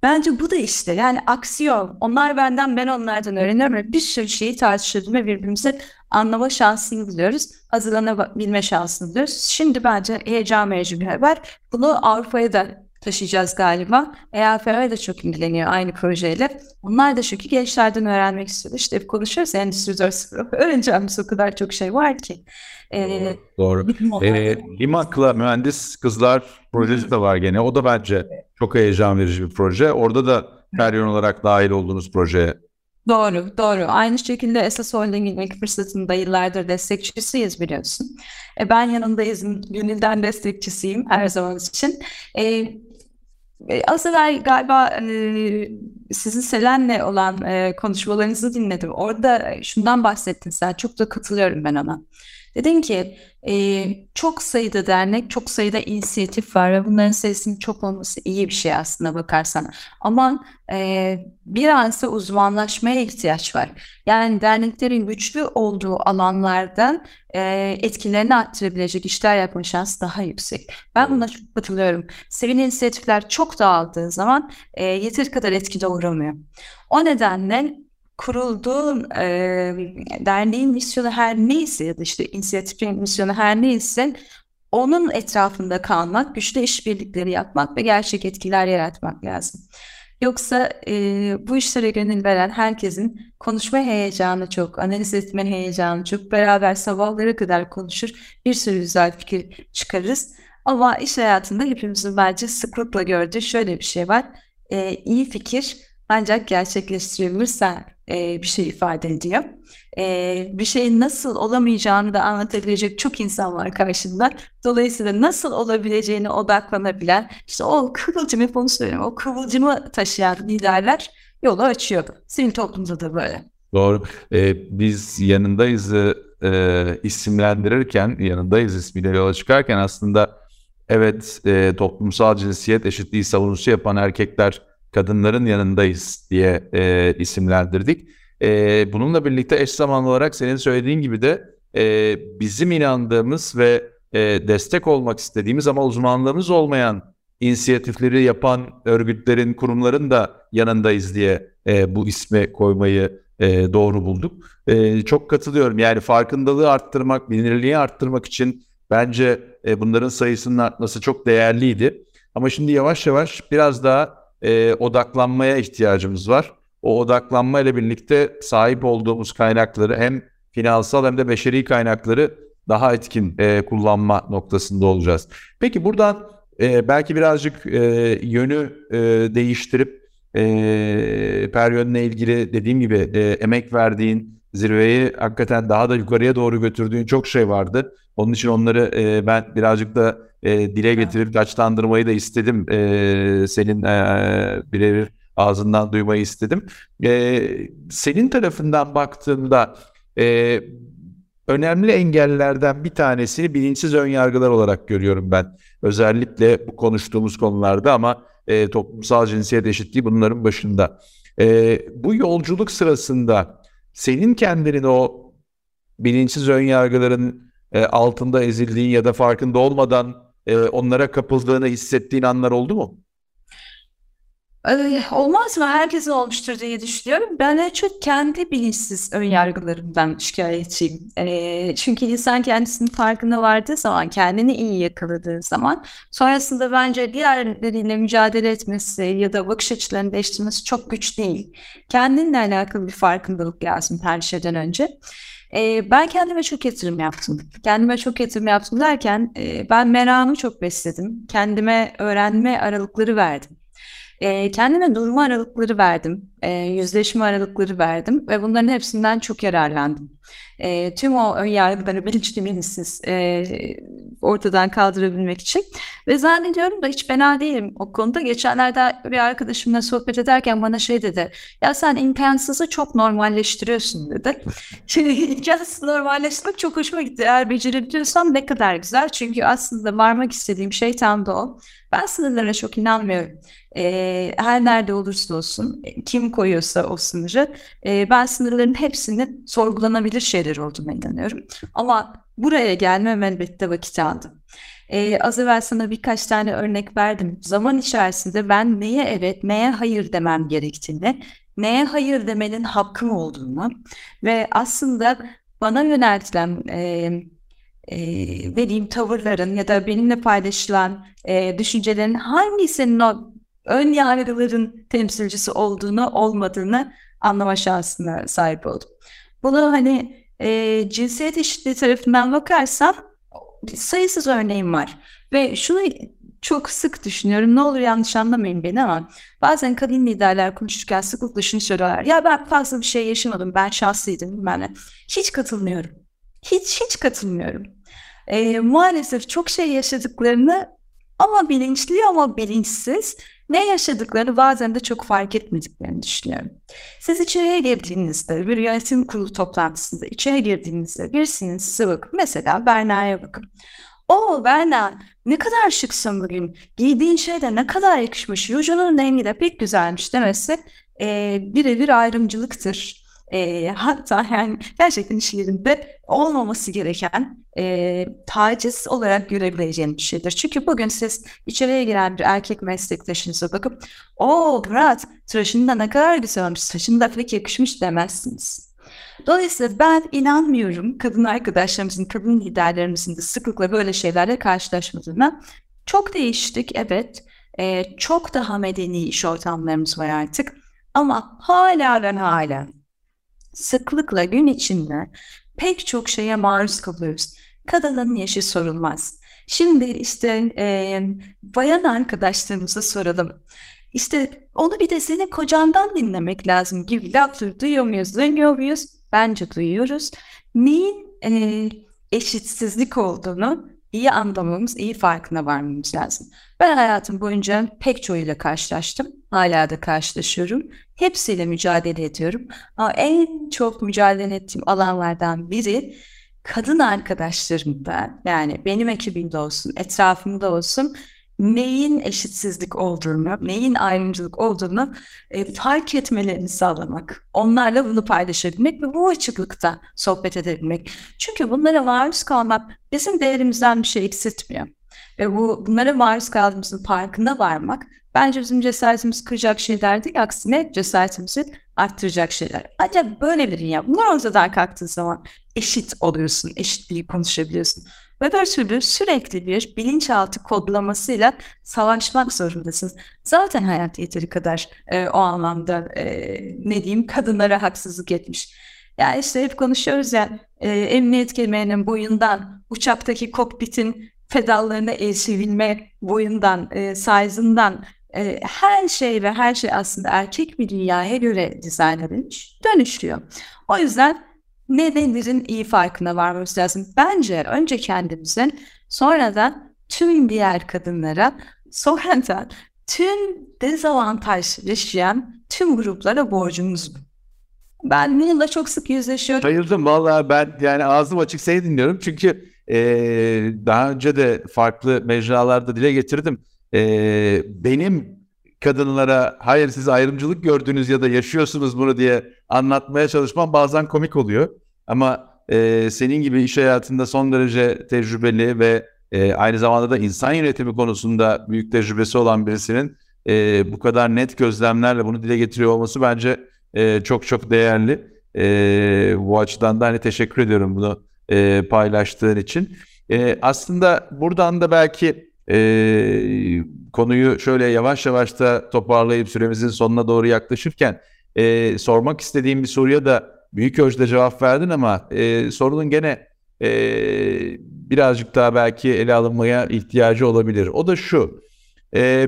S2: Bence bu da işte yani aksiyon. Onlar benden, ben onlardan öğreniyorum. Ve bir sürü şeyi tartışıyoruz ve birbirimizi anlama şansını buluyoruz. Hazırlanabilme şansını buluyoruz. Şimdi bence heyecan verici bir haber. Bunu Avrupa'ya da taşıyacağız galiba. E A F A da çok ilgileniyor aynı projeyle. Onlar da çünkü gençlerden öğrenmek istiyor. İşte hep konuşuyoruz ya, Endüstri dört nokta sıfır. Öğreneceğimiz o kadar çok şey var ki. Ee,
S1: Doğru. E, Limak'la Mühendis Kızlar projesi de var gene. O da bence çok heyecan verici bir proje. Orada da Peryon olarak dahil olduğunuz projeye.
S2: Doğru, doğru. Aynı şekilde Esas Holding'in ilk fırsatında yıllardır destekçisiyiz biliyorsun. E, ben yanındayız, gönülden destekçisiyim her zaman için. E, e, az evvel galiba e, sizin Selen'le olan e, konuşmalarınızı dinledim. Orada şundan bahsettin sen, çok da katılıyorum ben ona. Dedin ki e, çok sayıda dernek, çok sayıda inisiyatif var ve bunların sayısının çok olması iyi bir şey aslında bakarsan. Ama e, biraz da uzmanlaşmaya ihtiyaç var. Yani derneklerin güçlü olduğu alanlardan e, etkilerini arttırabilecek işler yapma şansı daha yüksek. Ben buna çok katılıyorum. Sivil inisiyatifler çok dağıldığı zaman e, yeteri kadar etki doğuramıyor. O nedenle kurulduğu e, derneğin misyonu her neyse ya da işte inisiyatifin misyonu her neyse onun etrafında kalmak, güçlü işbirlikleri yapmak ve gerçek etkiler yaratmak lazım. Yoksa e, bu işlere gönül veren herkesin konuşma heyecanı çok, analiz etme heyecanı çok, beraber sabahlara kadar konuşur, bir sürü güzel fikir çıkarırız. Ama iş hayatında hepimizin bence sıklıkla gördüğü şöyle bir şey var. E, iyi fikir ancak gerçekleştirebilirsen e, bir şey ifade ediyor. E, bir şeyin nasıl olamayacağını da anlatabilecek çok insan var karşında. Dolayısıyla nasıl olabileceğine odaklanabilen, işte o kıvılcım, hep onu söylüyorum, o kıvılcımı taşıyan liderler yolu açıyor. Sivil toplumda da böyle.
S1: Doğru. Ee, biz yanındayızı e, isimlendirirken, yanındayız ismiyle yola çıkarken aslında evet e, toplumsal cinsiyet eşitliği savunucusu yapan erkekler, kadınların yanındayız diye e, isimlendirdik. E, bununla birlikte eş zamanlı olarak senin söylediğin gibi de e, bizim inandığımız ve e, destek olmak istediğimiz ama uzmanlığımız olmayan inisiyatifleri yapan örgütlerin, kurumların da yanındayız diye e, bu ismi koymayı e, doğru bulduk. E, çok katılıyorum. Yani farkındalığı arttırmak, bilinirliği arttırmak için bence e, bunların sayısının artması çok değerliydi. Ama şimdi yavaş yavaş biraz daha e, odaklanmaya ihtiyacımız var. O odaklanma ile birlikte sahip olduğumuz kaynakları hem finansal hem de beşeri kaynakları daha etkin e, kullanma noktasında olacağız. Peki buradan e, belki birazcık e, yönü e, değiştirip e, Peryon'la ilgili dediğim gibi e, emek verdiğin, zirveyi hakikaten daha da yukarıya doğru götürdüğün çok şey vardı. Onun için onları e, ben birazcık da e, dile getirip taçlandırmayı da istedim. E, senin e, birebir ağzından duymayı istedim. E, senin tarafından baktığımda e, önemli engellerden bir tanesini bilinçsiz önyargılar olarak görüyorum ben. Özellikle bu konuştuğumuz konularda ama e, toplumsal cinsiyet eşitliği bunların başında. E, bu yolculuk sırasında senin kendinin o bilinçsiz önyargıların e, altında ezildiğin ya da farkında olmadan e, onlara kapıldığını hissettiğin anlar oldu mu?
S2: Ee, olmaz mı? Herkesin olmuştur diye düşünüyorum. Ben de çok kendi bilinçsiz önyargılarımdan şikayetçiyim. Ee, çünkü insan kendisinin farkına vardığı zaman, kendini iyi yakaladığı zaman sonrasında bence diğerleriyle mücadele etmesi ya da bakış açılarını değiştirmesi çok güç değil. Kendinle alakalı bir farkındalık lazım her şeyden önce. Ee, ben kendime çok yatırım yaptım. Kendime çok yatırım yaptım derken e, ben merakımı çok besledim. Kendime öğrenme aralıkları verdim. E, kendime durma aralıkları verdim, e, yüzleşme aralıkları verdim ve bunların hepsinden çok yararlandım. E, tüm o önyargıları bilinçli bilinçsiz e, ortadan kaldırabilmek için ve zannediyorum da hiç fena değilim o konuda. Geçenlerde bir arkadaşımla sohbet ederken bana şey dedi, ya sen imkansızı çok normalleştiriyorsun dedi. Şimdi imkansızı normalleştirmek çok hoşuma gitti. Eğer becerebiliyorsam ne kadar güzel, çünkü aslında varmak istediğim şey tam da o. Ben sınırlara çok inanmıyorum. E, her nerede olursa olsun, kim koyuyorsa o sınırı, e, ben sınırların hepsinin sorgulanabilir şeyler olduğuna inanıyorum. Ama buraya gelmem elbette vakit aldı. Ee, az evvel sana birkaç tane örnek verdim. Zaman içerisinde ben neye evet, neye hayır demem gerektiğini, neye hayır demenin hakkım olduğunu ve aslında bana yöneltilen e, e, verdiğim tavırların ya da benimle paylaşılan e, düşüncelerin hangisinin o ön yargıların temsilcisi olduğunu, olmadığını anlama şansına sahip oldum. Bunu hani e, cinsiyet eşitliği tarafından bakarsam sayısız örneğim var. Ve şunu çok sık düşünüyorum. Ne olur yanlış anlamayın beni ama bazen kadın liderler konuşurken sıklıkla şunu söylüyorlar. Ya ben fazla bir şey yaşamadım. Ben şanslıydım. Ben de. Hiç katılmıyorum. Hiç hiç katılmıyorum. E, maalesef çok şey yaşadıklarını ama bilinçli ama bilinçsiz ne yaşadıklarını bazen de çok fark etmediklerini düşünüyorum. Siz içeriye girdiğinizde bir yönetim kurulu toplantısında içeri girdiğinizde birisinin size bakın. Mesela Berna'ya bakın. O Berna ne kadar şıksın bugün. Giydiğin şey de ne kadar yakışmış. Rujunun rengi de pek güzelmiş demesi e, birebir ayrımcılıktır. E, hatta yani gerçekten iş yerinde olmaması gereken e, taciz olarak görebileceğim bir şeydir. Çünkü bugün siz içeriye giren bir erkek meslektaşınıza bakıp o Murat tıraşın da ne kadar güzel olmuş, saçın da pek yakışmış demezsiniz. Dolayısıyla ben inanmıyorum kadın arkadaşlarımızın, kadın liderlerimizin de sıklıkla böyle şeylerle karşılaşmadığına. Çok değiştik evet, e, çok daha medeni iş ortamlarımız var artık ama hala ve hala sıklıkla gün içinde pek çok şeye maruz kalıyoruz. Kadının yaşı sorulmaz. Şimdi işte e, bayan arkadaşlarımıza soralım. İşte onu bir de senin kocandan dinlemek lazım gibi lafları duyuyor muyuz, duymuyor muyuz? Bence duyuyoruz. Neyin e, eşitsizlik olduğunu iyi anlamamız, iyi farkına varmamız lazım. Ben hayatım boyunca pek çoğuyla karşılaştım. Hala da karşılaşıyorum. Hepsiyle mücadele ediyorum. Ama en çok mücadele ettiğim alanlardan biri kadın arkadaşlarımda, yani benim ekibimde olsun, etrafımda olsun neyin eşitsizlik olduğunu, neyin ayrımcılık olduğunu e, fark etmelerini sağlamak. Onlarla bunu paylaşabilmek ve bu açıklıkta sohbet edebilmek. Çünkü bunlara maruz kalmak bizim değerimizden bir şey eksiltmiyor. Ve bu bunlara maruz kaldığımızın farkına varmak bence bizim cesaretimizi kıracak şeyler değil, aksine cesaretimizi arttıracak şeyler. Ancak böyle bir dünya, bunlar ortadan kalktığı zaman eşit oluyorsun, eşitliği konuşabiliyorsun. Ve böyle türlü sürekli bir bilinçaltı kodlamasıyla savaşmak zorundasınız. Zaten hayat yeteri kadar e, o anlamda e, ne diyeyim kadınlara haksızlık etmiş. Yani işte hep konuşuyoruz ya e, emniyet kemerinin boyundan, uçaktaki kokpitin pedallarına erişebilme boyundan, e, size'ından e, her şey ve her şey aslında erkek bir dünyaya göre dizayn edilmiş, dönüşüyor. O yüzden nedenlerin iyi farkına varmamız lazım. Bence önce kendimizin, sonra da tüm diğer kadınlara, sonra da tüm dezavantaj yaşayan tüm gruplara borcumuz bu. Ben bununla çok sık yüzleşiyorum.
S1: Bayıldım vallahi, ben yani ağzım açık seni dinliyorum. Çünkü e, daha önce de farklı mecralarda dile getirdim. E, benim kadınlara hayır siz ayrımcılık gördünüz ya da yaşıyorsunuz bunu diye anlatmaya çalışmam bazen komik oluyor. Ama e, senin gibi iş hayatında son derece tecrübeli ve e, aynı zamanda da insan yönetimi konusunda büyük tecrübesi olan birisinin e, bu kadar net gözlemlerle bunu dile getiriyor olması bence e, çok çok değerli. E, bu açıdan da hani teşekkür ediyorum bunu e, paylaştığın için. E, aslında buradan da belki e, konuyu şöyle yavaş yavaş da toparlayıp süremizin sonuna doğru yaklaşırken e, sormak istediğim bir soruya da büyük ölçüde cevap verdin ama e, sorunun gene e, birazcık daha belki ele alınmaya ihtiyacı olabilir. O da şu, e,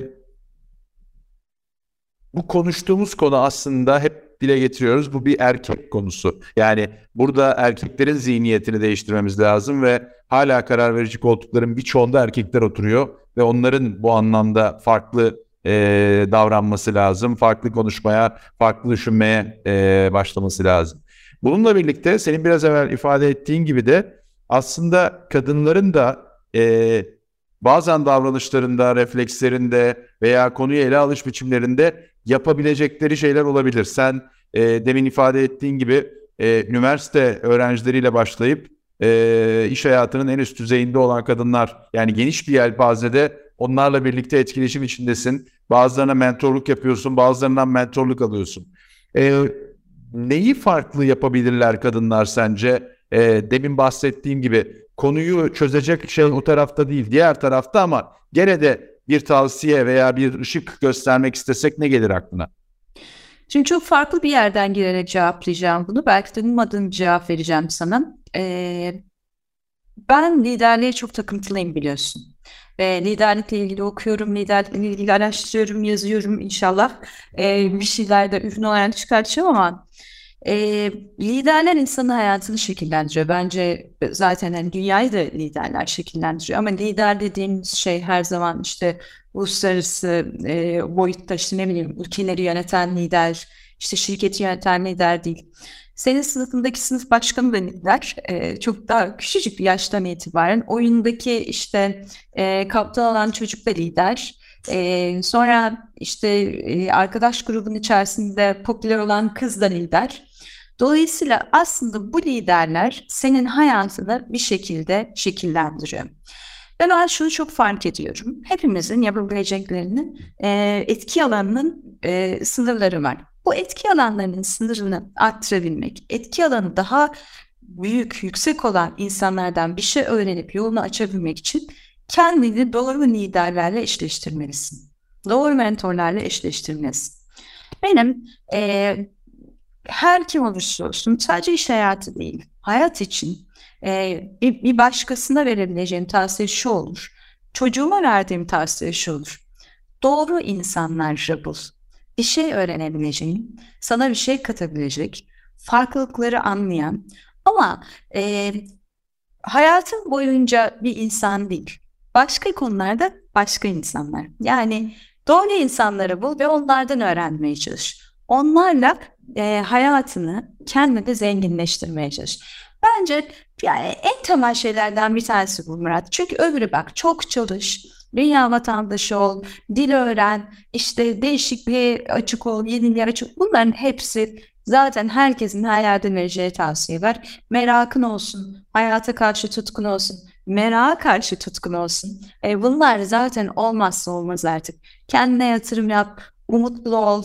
S1: bu konuştuğumuz konu aslında hep dile getiriyoruz. Bu bir erkek konusu. Yani burada erkeklerin zihniyetini değiştirmemiz lazım ve hala karar verici koltukların birçoğunda erkekler oturuyor ve onların bu anlamda farklı e, davranması lazım. Farklı konuşmaya, farklı düşünmeye e, başlaması lazım. Bununla birlikte senin biraz evvel ifade ettiğin gibi de aslında kadınların da e, bazen davranışlarında, reflekslerinde veya konuyu ele alış biçimlerinde yapabilecekleri şeyler olabilir. Sen e, demin ifade ettiğin gibi e, üniversite öğrencileriyle başlayıp e, iş hayatının en üst düzeyinde olan kadınlar. Yani geniş bir yelpazede onlarla birlikte etkileşim içindesin. Bazılarına mentorluk yapıyorsun, bazılarından mentorluk alıyorsun. E, neyi farklı yapabilirler kadınlar sence? E, demin bahsettiğim gibi konuyu çözecek şey o tarafta değil, diğer tarafta, ama gene de bir tavsiye veya bir ışık göstermek istesek ne gelir aklına?
S2: Şimdi çok farklı bir yerden girerek cevaplayacağım bunu. Belki de ummadığım bir cevap vereceğim sana. Ee, ben liderliğe çok takıntılıyım biliyorsun. Ve liderlikle ilgili okuyorum, liderlikle ilgili araştırıyorum, yazıyorum inşallah. Ee, bir şeyler de ürün olarak çıkartacağım ama e, liderler insanın hayatını şekillendiriyor. Bence zaten hani dünyayı da liderler şekillendiriyor. Ama lider dediğimiz şey her zaman işte uluslararası e, boyutta işte ne bileyim ülkeleri yöneten lider, işte şirketi yöneten lider değil. Senin sınıfındaki sınıf başkanı da lider. E, çok daha küçücük bir yaştan itibaren oyundaki işte e, kaptan olan çocuk da lider. E, sonra işte e, arkadaş grubun içerisinde popüler olan kız da lider. Dolayısıyla aslında bu liderler senin hayatını bir şekilde şekillendiriyor. Ve ben şunu çok fark ediyorum. Hepimizin yapabileceklerinin e, etki alanının e, sınırları var. Bu etki alanlarının sınırını arttırabilmek, etki alanı daha büyük, yüksek olan insanlardan bir şey öğrenip yolunu açabilmek için kendini doğru liderlerle eşleştirmelisin. Doğru mentorlarla eşleştirmelisin. Benim e, her kim olursa olsun sadece iş hayatı değil, hayat için e, bir, bir başkasına verebileceğim tavsiye şu olur. Çocuğuma verdiğim tavsiye şu olur. Doğru insanlarla bul. Bir şey öğrenebileceğin, sana bir şey katabilecek, farklılıkları anlayan ama e, hayatın boyunca bir insan değil. Başka konularda başka insanlar. Yani doğru insanları bul ve onlardan öğrenmeye çalış. Onlarla e, hayatını kendini zenginleştirmeye çalış. Bence yani en temel şeylerden bir tanesi bu Murat. Çünkü öbürü bak çok çalış, dünya vatandaşı ol, dil öğren, işte değişikliğe açık ol, yeniliğe açık. Bunların hepsi zaten herkesin her yerde vereceği tavsiyeler. Merakın olsun, hayata karşı tutkun olsun, merak karşı tutkun olsun. E, bunlar zaten olmazsa olmaz artık. Kendine yatırım yap, umutlu ol,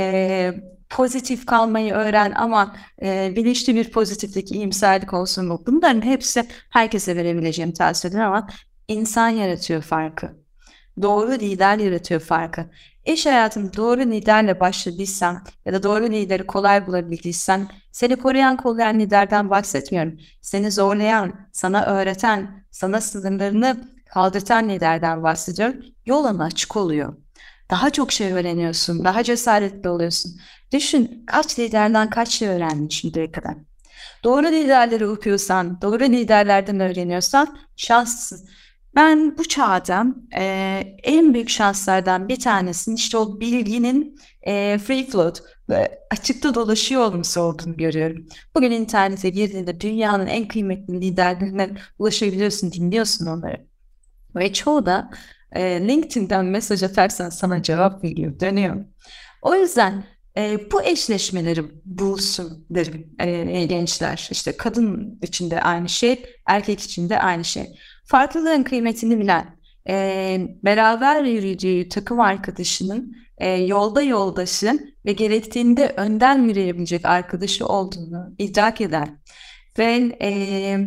S2: e, pozitif kalmayı öğren ama e, bilinçli bir pozitiflik, iyimserlik olsun bu. Bunların hepsi herkese verebileceğim tavsiyeler ama insan yaratıyor farkı. Doğru lider yaratıyor farkı. İş hayatını doğru liderle başladıysan ya da doğru lideri kolay bulabildiysen seni koruyan kollayan liderden bahsetmiyorum. Seni zorlayan, sana öğreten, sana sınırlarını kaldırtan liderden bahsediyorum. Yolun açık oluyor. Daha çok şey öğreniyorsun, daha cesaretli oluyorsun. Düşün kaç liderden kaç şey öğrendin şimdiye kadar. Doğru liderleri okuyorsan, doğru liderlerden öğreniyorsan şanslısın. Ben bu çağda e, en büyük şanslardan bir tanesinin işte o bilginin e, free float, e, açıkta dolaşıyor olması olduğunu görüyorum. Bugün internete girdiğinde dünyanın en kıymetli liderlerine ulaşabiliyorsun, dinliyorsun onları. Ve çoğu da e, LinkedIn'den mesaj atarsan sana cevap veriyor, dönüyor. O yüzden e, bu eşleşmeleri bulsun derim e, gençler. İşte kadın için de aynı şey, erkek için de aynı şey. Farklılığın kıymetini bilen, e, beraber yürüyeceği takım arkadaşının e, yolda yoldaşı ve gerektiğinde önden yürüyebilecek arkadaşı olduğunu idrak eden ve e,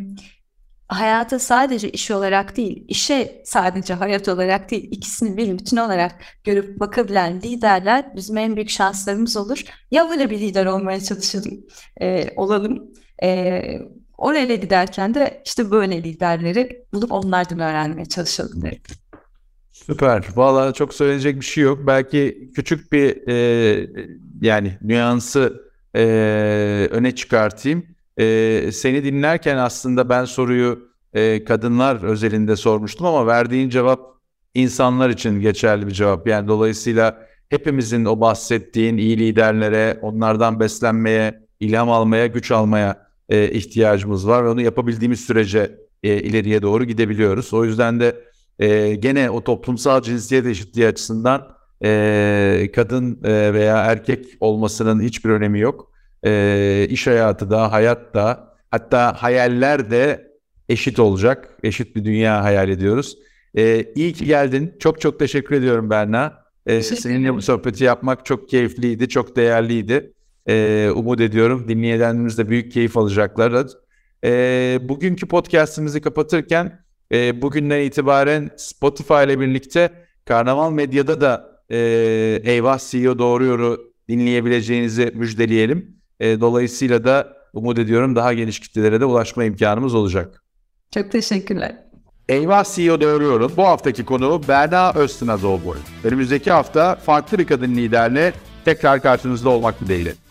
S2: hayata sadece iş olarak değil, işe sadece hayat olarak değil, ikisini bir bütün olarak görüp bakabilen liderler bizim en büyük şanslarımız olur. Ya böyle bir lider olmaya çalışalım, e, olalım. E, oraya giderken de işte böyle liderleri bulup onlardan öğrenmeye çalışalım derim.
S1: Süper. Vallahi çok söyleyecek bir şey yok. Belki küçük bir e, yani nüansı e, öne çıkartayım. E, seni dinlerken aslında ben soruyu e, kadınlar özelinde sormuştum ama verdiğin cevap insanlar için geçerli bir cevap. Yani dolayısıyla hepimizin o bahsettiğin iyi liderlere, onlardan beslenmeye, ilham almaya, güç almaya e, ihtiyacımız var ve onu yapabildiğimiz sürece e, ileriye doğru gidebiliyoruz. O yüzden de Ee, gene o toplumsal cinsiyet eşitliği açısından e, kadın e, veya erkek olmasının hiçbir önemi yok. E, iş hayatı da, hayat da, hatta hayaller de eşit olacak. Eşit bir dünya hayal ediyoruz. Ee, iyi ki geldin. Çok çok teşekkür ediyorum Berna. Ee, seninle bu sohbeti yapmak çok keyifliydi, çok değerliydi. Ee, umut ediyorum dinleyenlerimiz de büyük keyif alacaklar. Ee, bugünkü podcastimizi kapatırken e, bugünden itibaren Spotify ile birlikte Karnaval Medya'da da e, Eyvah C E O Doğruyor'u dinleyebileceğinizi müjdeleyelim. E, dolayısıyla da umut ediyorum daha geniş kitlelere de ulaşma imkanımız olacak.
S2: Çok teşekkürler.
S1: Eyvah C E O Doğruyor'un bu haftaki konuğu Berna Öztinazoğlu. Önümüzdeki hafta farklı bir kadın liderle tekrar karşınızda olmak dileğiyle.